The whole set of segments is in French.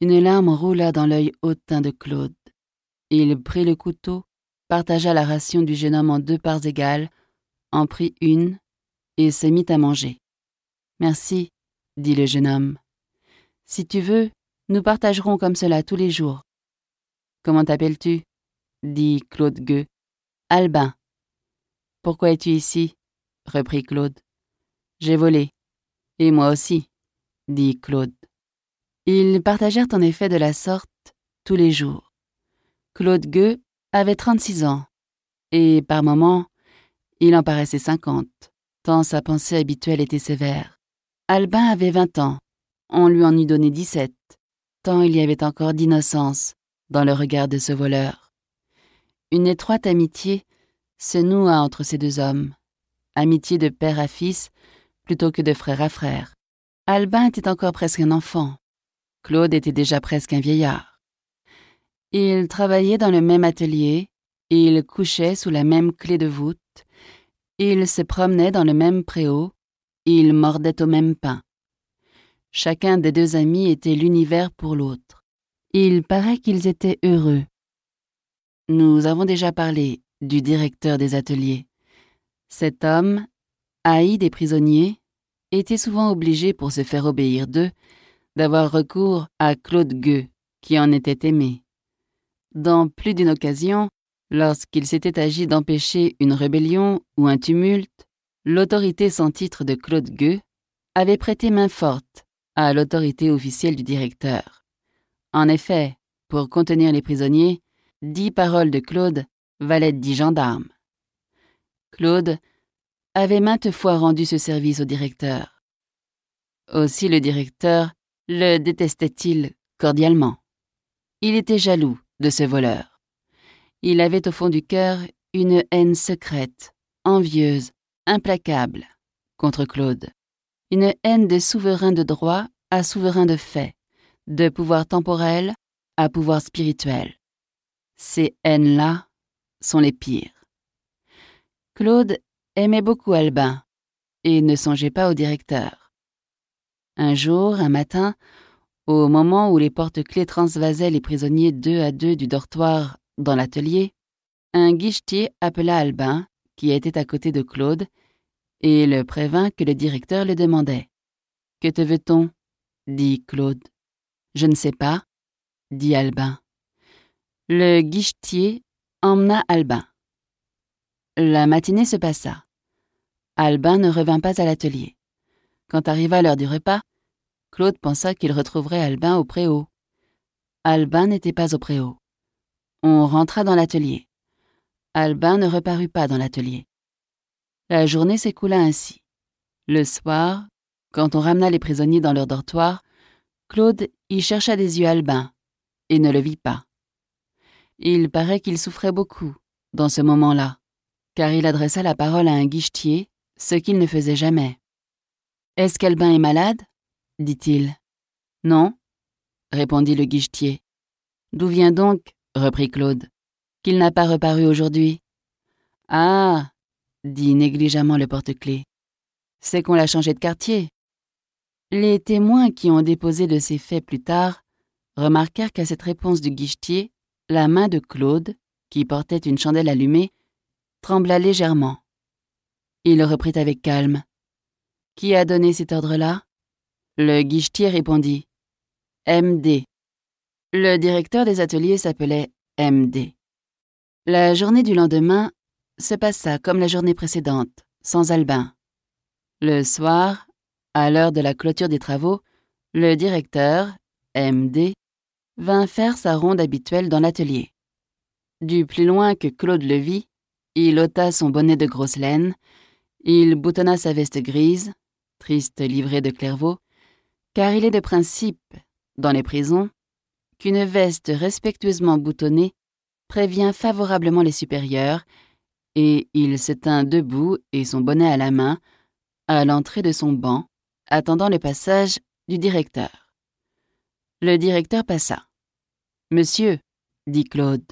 Une larme roula dans l'œil hautain de Claude. Il prit le couteau, partagea la ration du jeune homme en 2 parts égales, en prit une et se mit à manger. « Merci, dit le jeune homme. Si tu veux, nous partagerons comme cela tous les jours. »« Comment t'appelles-tu » dit Claude Gueux. « Albin. »« Pourquoi es-tu ici » reprit Claude. « J'ai volé. »« Et moi aussi, » dit Claude. Ils partagèrent en effet de la sorte tous les jours. Claude Gueux avait 36 ans, et par moments, il en paraissait 50, tant sa pensée habituelle était sévère. Albin avait 20 ans, on lui en eût donné 17, tant il y avait encore d'innocence dans le regard de ce voleur. Une étroite amitié se noua entre ces 2 hommes, amitié de père à fils plutôt que de frère à frère. Albin était encore presque un enfant, Claude était déjà presque un vieillard. Ils travaillaient dans le même atelier, ils couchaient sous la même clé de voûte, ils se promenaient dans le même préau, ils mordaient au même pain. Chacun des 2 amis était l'univers pour l'autre. Il paraît qu'ils étaient heureux. Nous avons déjà parlé du directeur des ateliers. Cet homme, haï des prisonniers, était souvent obligé pour se faire obéir d'eux d'avoir recours à Claude Gueux, qui en était aimé. Dans plus d'une occasion, lorsqu'il s'était agi d'empêcher une rébellion ou un tumulte, l'autorité sans titre de Claude Gueux avait prêté main forte à l'autorité officielle du directeur. En effet, pour contenir les prisonniers, 10 paroles de Claude valaient 10 gendarmes. Claude avait maintes fois rendu ce service au directeur. Aussi le directeur le détestait-il cordialement. Il était jaloux de ce voleur. Il avait au fond du cœur une haine secrète, envieuse, implacable contre Claude. Une haine de souverain de droit à souverain de fait, de pouvoir temporel à pouvoir spirituel. Ces haines-là sont les pires. Claude aimait beaucoup Albin et ne songeait pas au directeur. Un jour, un matin, au moment où les porte-clés transvasaient les prisonniers 2 à 2 du dortoir dans l'atelier, un guichetier appela Albin, qui était à côté de Claude, et le prévint que le directeur le demandait. « Que te veut-on » dit Claude. « Je ne sais pas » dit Albin. Le guichetier emmena Albin. La matinée se passa. Albin ne revint pas à l'atelier. Quand arriva l'heure du repas, Claude pensa qu'il retrouverait Albin au préau. Albin n'était pas au préau. On rentra dans l'atelier. Albin ne reparut pas dans l'atelier. La journée s'écoula ainsi. Le soir, quand on ramena les prisonniers dans leur dortoir, Claude y chercha des yeux Albin et ne le vit pas. Il paraît qu'il souffrait beaucoup dans ce moment-là, car il adressa la parole à un guichetier, ce qu'il ne faisait jamais. « Est-ce qu'Albin est malade ?» dit-il. « Non, » répondit le guichetier. « D'où vient donc, » reprit Claude, « qu'il n'a pas reparu aujourd'hui ?»« Ah !» dit négligemment le porte-clés. « C'est qu'on l'a changé de quartier. » Les témoins qui ont déposé de ces faits plus tard remarquèrent qu'à cette réponse du guichetier, la main de Claude, qui portait une chandelle allumée, trembla légèrement. Il reprit avec calme. « Qui a donné cet ordre-là » Le guichetier répondit « M.D. » Le directeur des ateliers s'appelait M.D. La journée du lendemain se passa comme la journée précédente, sans Albin. Le soir, à l'heure de la clôture des travaux, le directeur, M.D., vint faire sa ronde habituelle dans l'atelier. Du plus loin que Claude le vit, il ôta son bonnet de grosse laine, il boutonna sa veste grise, triste livrée de Clairvaux, car il est de principe, dans les prisons, qu'une veste respectueusement boutonnée prévient favorablement les supérieurs, et il se tint debout et son bonnet à la main, à l'entrée de son banc, attendant le passage du directeur. Le directeur passa. « Monsieur, » dit Claude.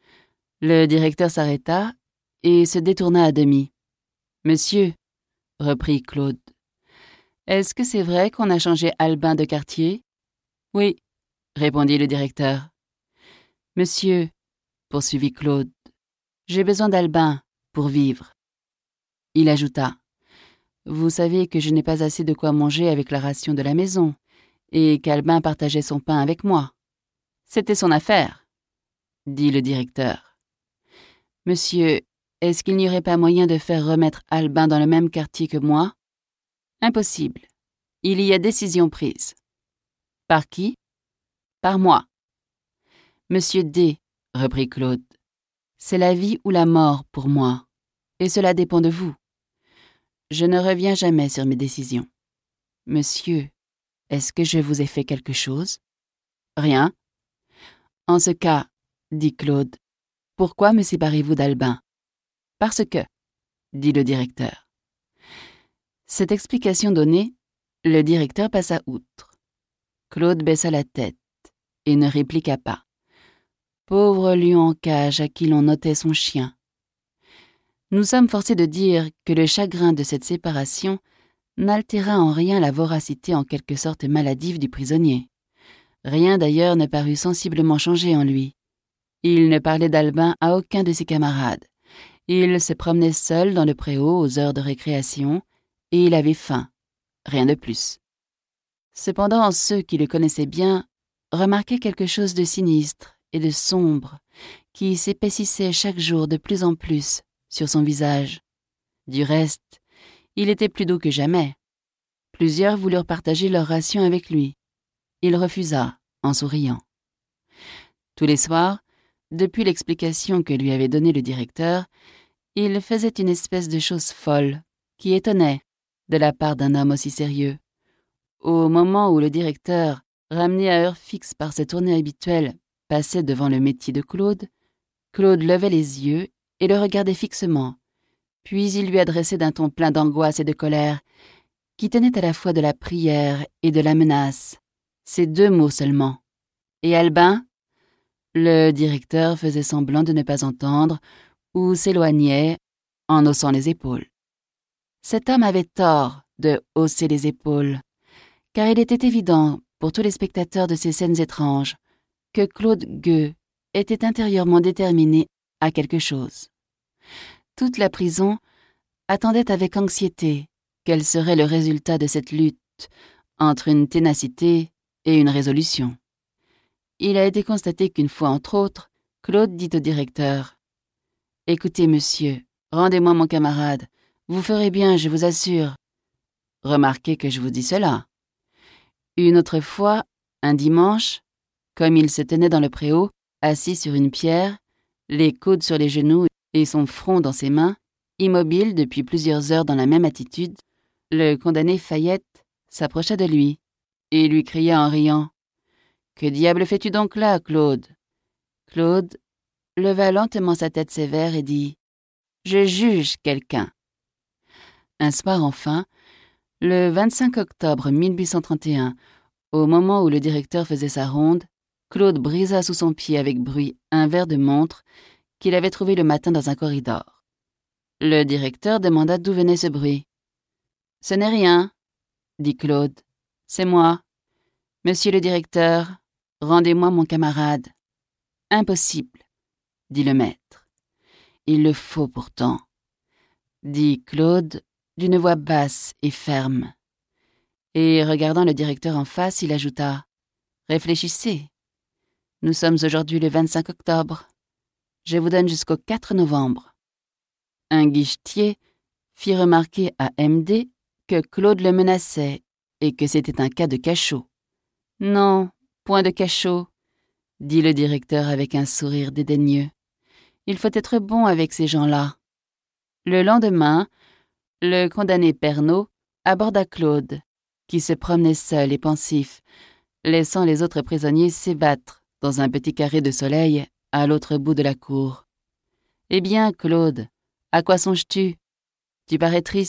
Le directeur s'arrêta et se détourna à demi. « Monsieur, » reprit Claude. « Est-ce que c'est vrai qu'on a changé Albin de quartier ?»« Oui, » répondit le directeur. Monsieur, poursuivit Claude, j'ai besoin d'Albin pour vivre. Il ajouta. Vous savez que je n'ai pas assez de quoi manger avec la ration de la maison, et qu'Albin partageait son pain avec moi. C'était son affaire, dit le directeur. Monsieur, est-ce qu'il n'y aurait pas moyen de faire remettre Albin dans le même quartier que moi? Impossible. Il y a décision prise. Par qui? Par moi. Monsieur D, reprit Claude, c'est la vie ou la mort pour moi, et cela dépend de vous. Je ne reviens jamais sur mes décisions. Monsieur, est-ce que je vous ai fait quelque chose? Rien. En ce cas, dit Claude, pourquoi me séparez-vous d'Albin? Parce que, dit le directeur. Cette explication donnée, le directeur passa outre. Claude baissa la tête et ne répliqua pas. Pauvre lion en cage à qui l'on ôtait son chien. Nous sommes forcés de dire que le chagrin de cette séparation n'altéra en rien la voracité en quelque sorte maladive du prisonnier. Rien d'ailleurs ne parut sensiblement changé en lui. Il ne parlait d'Albin à aucun de ses camarades. Il se promenait seul dans le préau aux heures de récréation, et il avait faim, rien de plus. Cependant, ceux qui le connaissaient bien remarquaient quelque chose de sinistre et de sombre qui s'épaississait chaque jour de plus en plus sur son visage. Du reste, il était plus doux que jamais. Plusieurs voulurent partager leur ration avec lui. Il refusa, en souriant. Tous les soirs, depuis l'explication que lui avait donnée le directeur, il faisait une espèce de chose folle qui étonnait de la part d'un homme aussi sérieux. Au moment où le directeur, ramené à heure fixe par ses tournées habituelles, passait devant le métier de Claude, Claude levait les yeux et le regardait fixement, puis il lui adressait d'un ton plein d'angoisse et de colère, qui tenait à la fois de la prière et de la menace, ces deux mots seulement. Et Albin? Le directeur faisait semblant de ne pas entendre ou s'éloignait en haussant les épaules. Cet homme avait tort de hausser les épaules, car il était évident, pour tous les spectateurs de ces scènes étranges, que Claude Gueux était intérieurement déterminé à quelque chose. Toute la prison attendait avec anxiété quel serait le résultat de cette lutte entre une ténacité et une résolution. Il a été constaté qu'une fois, entre autres, Claude dit au directeur « Écoutez, monsieur, rendez-moi mon camarade. Vous ferez bien, je vous assure. Remarquez que je vous dis cela. » Une autre fois, un dimanche, comme il se tenait dans le préau, assis sur une pierre, les coudes sur les genoux et son front dans ses mains, immobile depuis plusieurs heures dans la même attitude, le condamné Fayette s'approcha de lui et lui cria en riant « Que diable fais-tu donc là, Claude ?» Claude leva lentement sa tête sévère et dit « Je juge quelqu'un. » Un soir enfin, le 25 octobre 1831, au moment où le directeur faisait sa ronde, Claude brisa sous son pied avec bruit un verre de montre qu'il avait trouvé le matin dans un corridor. Le directeur demanda d'où venait ce bruit. « Ce n'est rien, » dit Claude. « C'est moi. Monsieur le directeur, rendez-moi mon camarade. »« Impossible, » dit le maître. « Il le faut pourtant, » dit Claude d'une voix basse et ferme. Et regardant le directeur en face, il ajouta « Réfléchissez. Nous sommes aujourd'hui le 25 octobre. Je vous donne jusqu'au 4 novembre. » Un guichetier fit remarquer à MD que Claude le menaçait et que c'était un cas de cachot. « Non, point de cachot, » dit le directeur avec un sourire dédaigneux. « Il faut être bon avec ces gens-là. » Le lendemain, le condamné Pernot aborda Claude, qui se promenait seul et pensif, laissant les autres prisonniers s'ébattre dans un petit carré de soleil à l'autre bout de la cour. « Eh bien, Claude, à quoi songes-tu? Tu parais triste. »«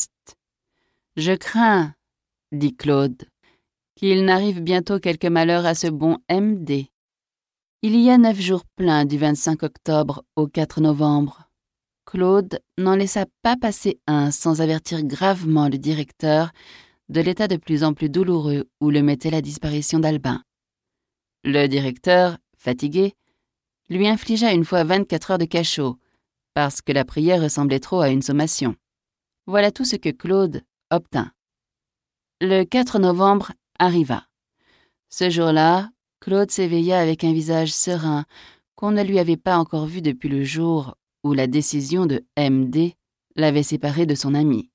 Je crains, » dit Claude, « qu'il n'arrive bientôt quelque malheur à ce bon MD. » Il y a 9 jours pleins du 25 octobre au 4 novembre. Claude n'en laissa pas passer un sans avertir gravement le directeur de l'état de plus en plus douloureux où le mettait la disparition d'Albin. Le directeur, fatigué, lui infligea une fois 24 heures de cachot, parce que la prière ressemblait trop à une sommation. Voilà tout ce que Claude obtint. Le 4 novembre arriva. Ce jour-là, Claude s'éveilla avec un visage serein qu'on ne lui avait pas encore vu depuis le jour où la décision de M.D. l'avait séparé de son ami.